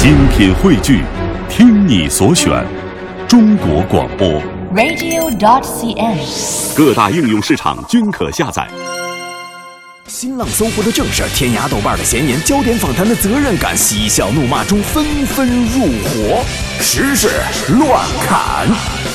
精品汇聚，听你所选，中国广播 radio.cn， 各大应用市场均可下载。 新浪、搜狐的正事，天涯、豆瓣的闲言，焦点访谈的责任感，嬉笑怒骂中纷纷入伙，时事乱砍。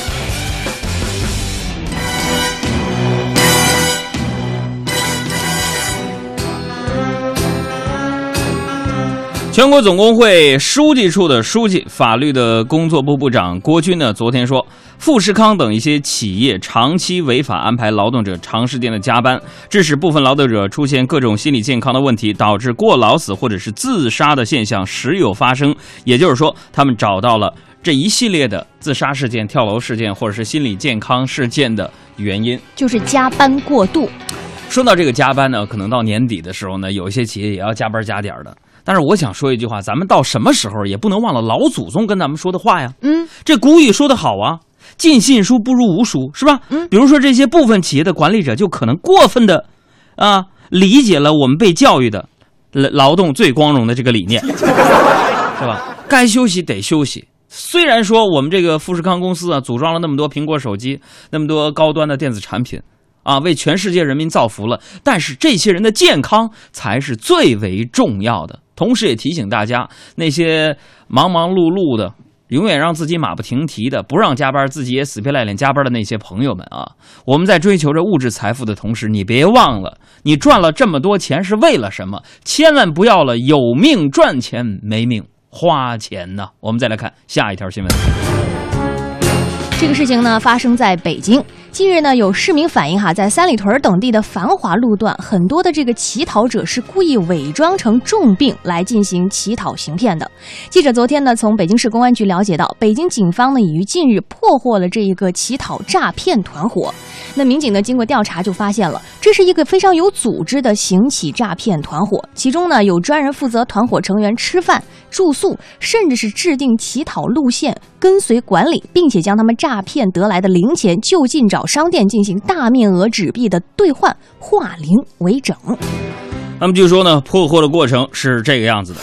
全国总工会书记处的书记、法律的工作部部长郭军呢，昨天说，富士康等一些企业长期违法安排劳动者长时间的加班，致使部分劳动者出现各种心理健康的问题，导致过劳死或者是自杀的现象时有发生。也就是说，他们找到了这一系列的自杀事件、跳楼事件或者是心理健康事件的原因， 就是加班过度。 说到这个加班呢，可能到年底的时候呢，有一些企业也要加班加点的。但是我想说一句话，咱们到什么时候也不能忘了老祖宗跟咱们说的话呀。这古语说得好啊，尽信书不如无书，是吧？比如说这些部分企业的管理者就可能过分的理解了我们被教育的劳动最光荣的这个理念，是吧？该休息得休息。虽然说我们这个富士康公司组装了那么多苹果手机，那么多高端的电子产品为全世界人民造福了，但是这些人的健康才是最为重要的。同时也提醒大家，那些忙忙碌碌的，永远让自己马不停蹄的，不让加班，自己也死皮赖脸加班的那些朋友们我们在追求着物质财富的同时，你别忘了，你赚了这么多钱是为了什么？千万不要了有命赚钱，没命花钱呢。我们再来看下一条新闻。 这个事情呢发生在北京。近日呢，有市民反映在三里屯等地的繁华路段，很多的这个乞讨者是故意伪装成重病来进行乞讨行骗的。记者昨天呢，从北京市公安局了解到，北京警方呢已于近日破获了这一个乞讨诈骗团伙。那民警呢经过调查就发现了，这是一个非常有组织的行乞诈骗团伙，其中呢有专人负责团伙成员吃饭、住宿，甚至是制定乞讨路线、跟随管理，并且将他们诈骗得来的零钱就近找商店进行大面额纸币的兑换，化零为整。 那么据说呢，破获的过程是这个样子的。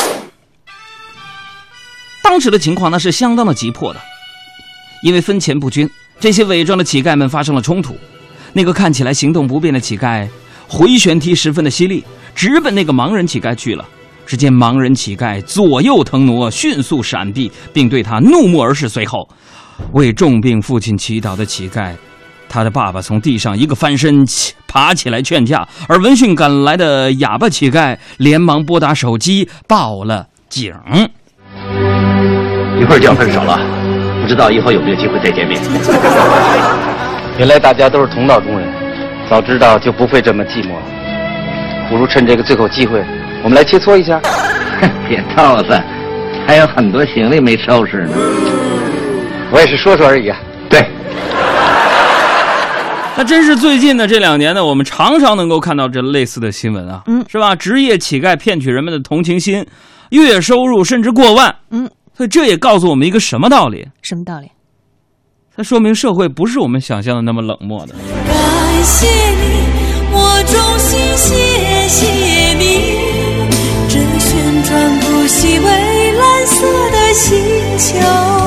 当时的情况呢是相当的急迫的，因为分钱不均，这些伪装的乞丐们发生了冲突。那个看起来行动不便的乞丐回旋踢十分的犀利，直奔那个盲人乞丐去了。只见盲人乞丐左右腾挪，迅速闪避，并对他怒目而视。随后为重病父亲祈祷的乞丐，他的爸爸从地上一个翻身爬起来劝架，而闻讯赶来的哑巴乞丐连忙拨打手机报了警。 一会儿就要分手了，不知道以后有没有机会再见面。原来大家都是同道中人，早知道就不会这么寂寞了。不如趁这个最后机会，我们来切磋一下。 别套了，还有很多行李没收拾呢。 我也是说说而已啊。对。 那真是最近的这2年呢，我们常常能够看到这类似的新闻是吧？职业乞丐骗取人们的同情心，月收入甚至过万。所以这也告诉我们一个什么道理？ 什么道理？ 它说明社会不是我们想象的那么冷漠的。 感谢你，我衷心谢谢你，这旋转不息蔚蓝色的星球。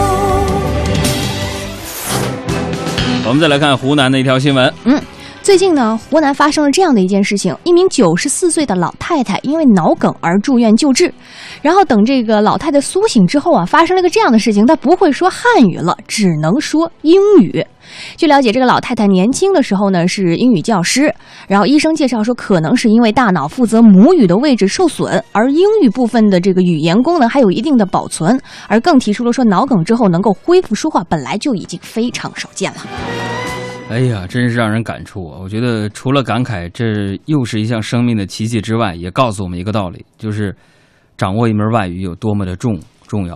我们再来看湖南的一条新闻。 最近呢，湖南发生了这样的一件事情，一名94岁的老太太因为脑梗而住院救治，然后等这个老太太苏醒之后发生了一个这样的事情，她不会说汉语了，只能说英语。据了解，这个老太太年轻的时候呢是英语教师，然后医生介绍说，可能是因为大脑负责母语的位置受损，而英语部分的这个语言功能还有一定的保存，而更提出了说，脑梗之后能够恢复说话本来就已经非常少见了。 哎呀，真是让人感触我觉得除了感慨这又是一项生命的奇迹之外，也告诉我们一个道理，就是掌握一门外语有多么的重要。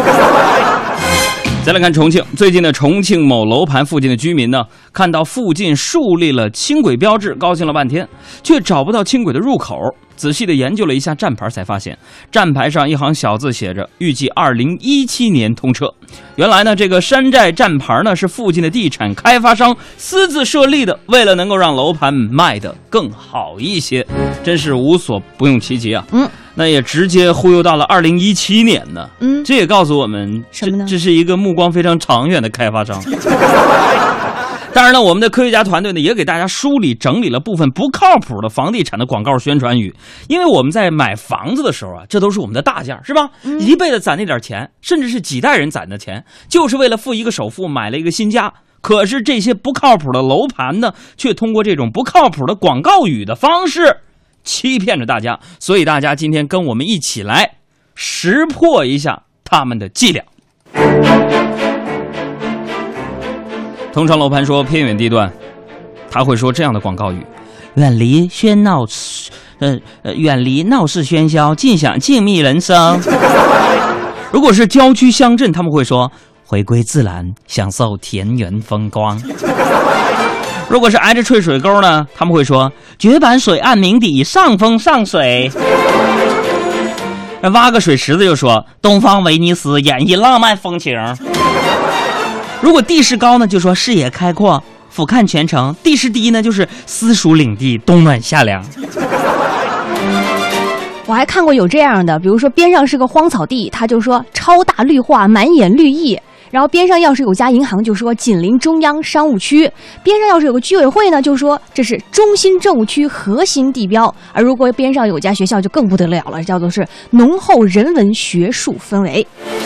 再来看重庆，最近的重庆某楼盘附近的居民呢，看到附近树立了轻轨标志，高兴了半天，却找不到轻轨的入口。仔细的研究了一下站牌，才发现站牌上一行小字写着预计2017年通车。原来呢，这个山寨站牌呢是附近的地产开发商私自设立的，为了能够让楼盘卖得更好一些，真是无所不用其极啊。 那也直接忽悠到了2017年呢。这也告诉我们什么呢？ 这是一个目光非常长远的开发商。当然了，我们的科学家团队呢，也给大家梳理整理了部分不靠谱的房地产的广告宣传语。因为我们在买房子的时候啊，这都是我们的大件，是吧？一辈子攒那点钱，甚至是几代人攒的钱，就是为了付一个首付买了一个新家。可是这些不靠谱的楼盘呢，却通过这种不靠谱的广告语的方式欺骗着大家。所以大家今天跟我们一起来识破一下他们的伎俩。通常楼盘说偏远地段，他会说这样的广告语：远离喧闹，远离闹市喧嚣，尽享静谧人生。如果是郊区乡镇，他们会说回归自然，享受田园风光。如果是挨着翠水沟呢，他们会说绝版水岸明底，上风上水。挖个水池子就说东方威尼斯，演绎浪漫风情。如果地势高呢，就说视野开阔，俯瞰全城；地势低呢，就是私属领地，冬暖夏凉。 我还看过有这样的，比如说边上是个荒草地，他就说超大绿化，满眼绿意。然后边上要是有家银行，就说紧邻中央商务区；边上要是有个居委会呢，就说这是中心政务区核心地标。而如果边上有家学校，就更不得了了，叫做是浓厚人文学术氛围。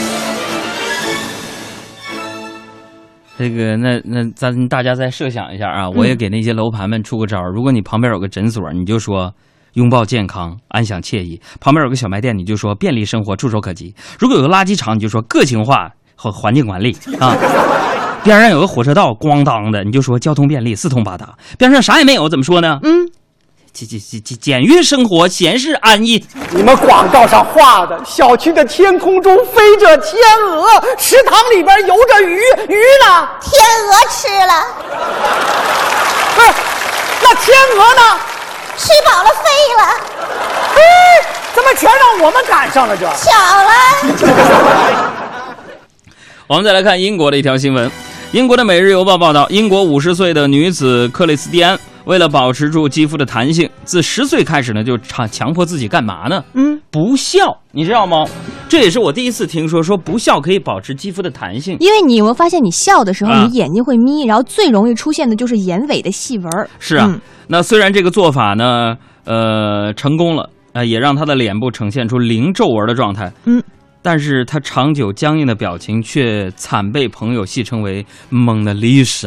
这个那咱大家再设想一下啊，我也给那些楼盘们出个招。如果你旁边有个诊所，你就说拥抱健康，安享惬意；旁边有个小卖店，你就说便利生活，触手可及；如果有个垃圾场，你就说个性化和环境管理啊。边上有个火车道，咣当的，你就说交通便利，四通八达；边上啥也没有，怎么说呢？简约生活，闲适安逸。 你们广告上画的小区的天空中飞着天鹅，食堂里边游着鱼，鱼呢？ 天鹅吃了。 不是，那天鹅呢？ 吃饱了飞了。 怎么全让我们赶上了？这巧了。 我们再来看英国的一条新闻。英国的《每日邮报》报道，英国50岁的女子克里斯蒂安为了保持住肌肤的弹性，自10岁开始呢，就强迫自己干嘛呢？不笑，你知道吗？这也是我第一次听说不笑可以保持肌肤的弹性。 因为你有没有发现，你笑的时候，你眼睛会眯，然后最容易出现的就是眼尾的细纹。 是啊，那虽然这个做法呢，成功了，也让她的脸部呈现出零皱纹的状态。但是她长久僵硬的表情却惨被朋友戏称为蒙娜丽莎。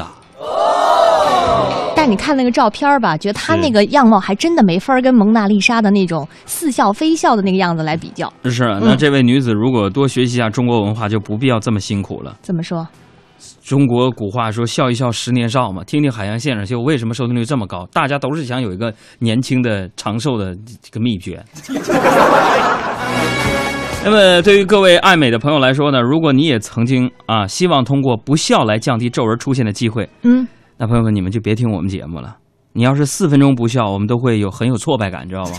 但你看那个照片吧，觉得她那个样貌还真的没法跟蒙娜丽莎的那种似笑非笑的那个样子来比较。 是啊，那这位女子如果多学习一下中国文化，就不必要这么辛苦了。 怎么说？ 中国古话说笑一笑10年少嘛，听听海洋现场秀为什么收听率这么高？大家都是想有一个年轻的长寿的这个秘诀。那么对于各位爱美的朋友来说呢，如果你也曾经希望通过不笑来降低皱纹出现的机会，那朋友们你们就别听我们节目了。你要是4分钟不笑，我们都会很有挫败感，知道吗？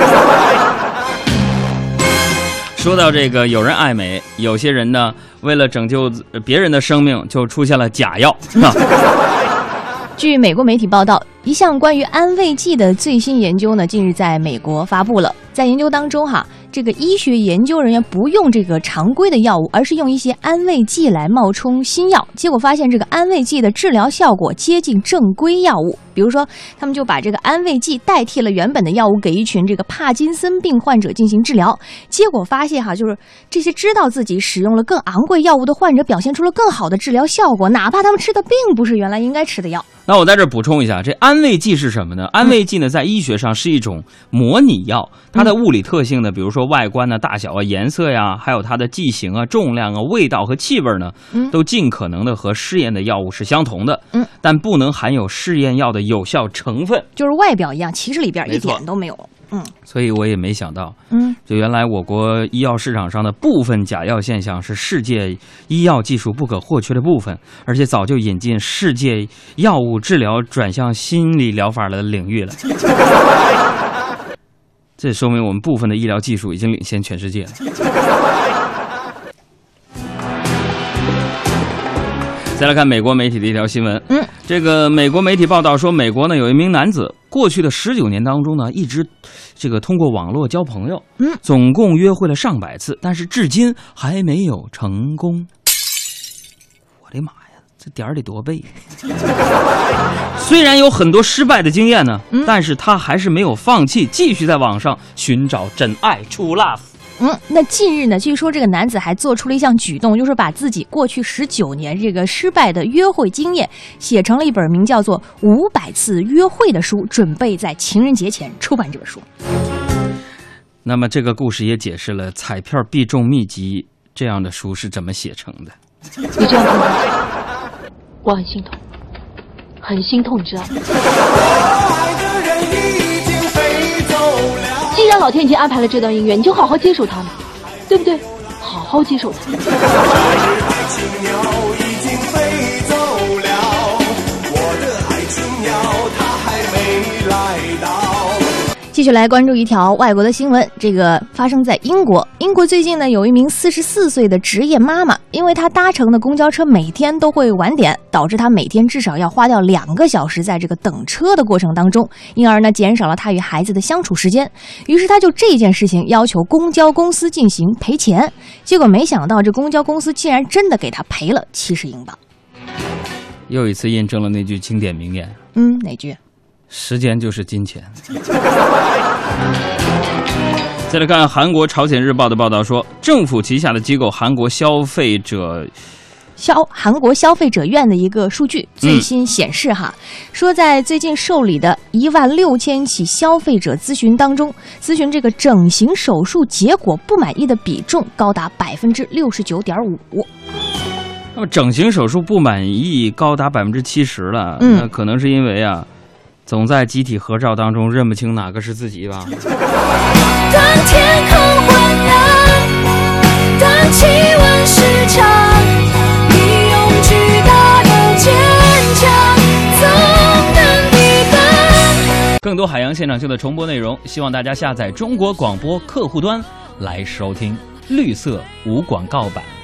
说到这个，有人爱美，有些人呢为了拯救别人的生命，就出现了假药。 据美国媒体报道，一项关于安慰剂的最新研究呢，近日在美国发布了。在研究当中这个医学研究人员不用这个常规的药物，而是用一些安慰剂来冒充新药，结果发现这个安慰剂的治疗效果接近正规药物。比如说，他们就把这个安慰剂代替了原本的药物，给一群这个帕金森病患者进行治疗，结果发现就是这些知道自己使用了更昂贵药物的患者表现出了更好的治疗效果，哪怕他们吃的并不是原来应该吃的药。 那我在这补充一下，这安慰剂是什么呢？安慰剂呢，在医学上是一种模拟药，它的物理特性呢，比如说外观呢、大小啊、颜色呀，还有它的剂型啊、重量啊、味道和气味呢，都尽可能的和试验的药物是相同的，但不能含有试验药的有效成分， 就是外表一样，其实里边一点都没有。 所以我也没想到，就原来我国医药市场上的部分假药现象是世界医药技术不可或缺的部分，而且早就引进世界药物治疗转向心理疗法的领域了。这说明我们部分的医疗技术已经领先全世界了。再来看美国媒体的一条新闻，这个美国媒体报道说，美国呢有一名男子过去的19年当中呢，一直这个通过网络交朋友，总共约会了上百次，但是至今还没有成功。我的妈呀，这点儿得多背！虽然有很多失败的经验呢，但是他还是没有放弃，继续在网上寻找真爱 True Love。 那近日呢，据说这个男子还做出了一项举动，就是把自己过去19年这个失败的约会经验写成了一本名叫做《500次约会》的书，准备在情人节前出版这本书。 那么这个故事也解释了彩票必中秘籍这样的书是怎么写成的。 你这样子，我很心痛，很心痛，你知道吗？既然老天已经安排了这段姻缘，你就好好接受它嘛，对不对？好好接受它。 继续来关注一条外国的新闻，这个发生在英国。英国最近呢，有一名44岁的职业妈妈，因为她搭乘的公交车每天都会晚点，导致她每天至少要花掉2个小时在这个等车的过程当中，因而呢减少了她与孩子的相处时间。于是她就这件事情要求公交公司进行赔钱，结果没想到这公交公司竟然真的给她赔了70英镑。 又一次印证了那句经典名言。 哪句？ 时间就是金钱。再来看韩国朝鲜日报的报道说，政府旗下的机构韩国消费者院的一个数据最新显示说在最近受理的16000起消费者咨询当中，咨询这个整形手术结果不满意的比重高达69.5%。那么整形手术不满意高达70%了，那可能是因为总在集体合照当中认不清哪个是自己吧。 当天空昏暗，当气温失常，你用巨大的坚强总能抵挡。 更多海洋现场秀的重播内容，希望大家下载中国广播客户端来收听，绿色无广告版。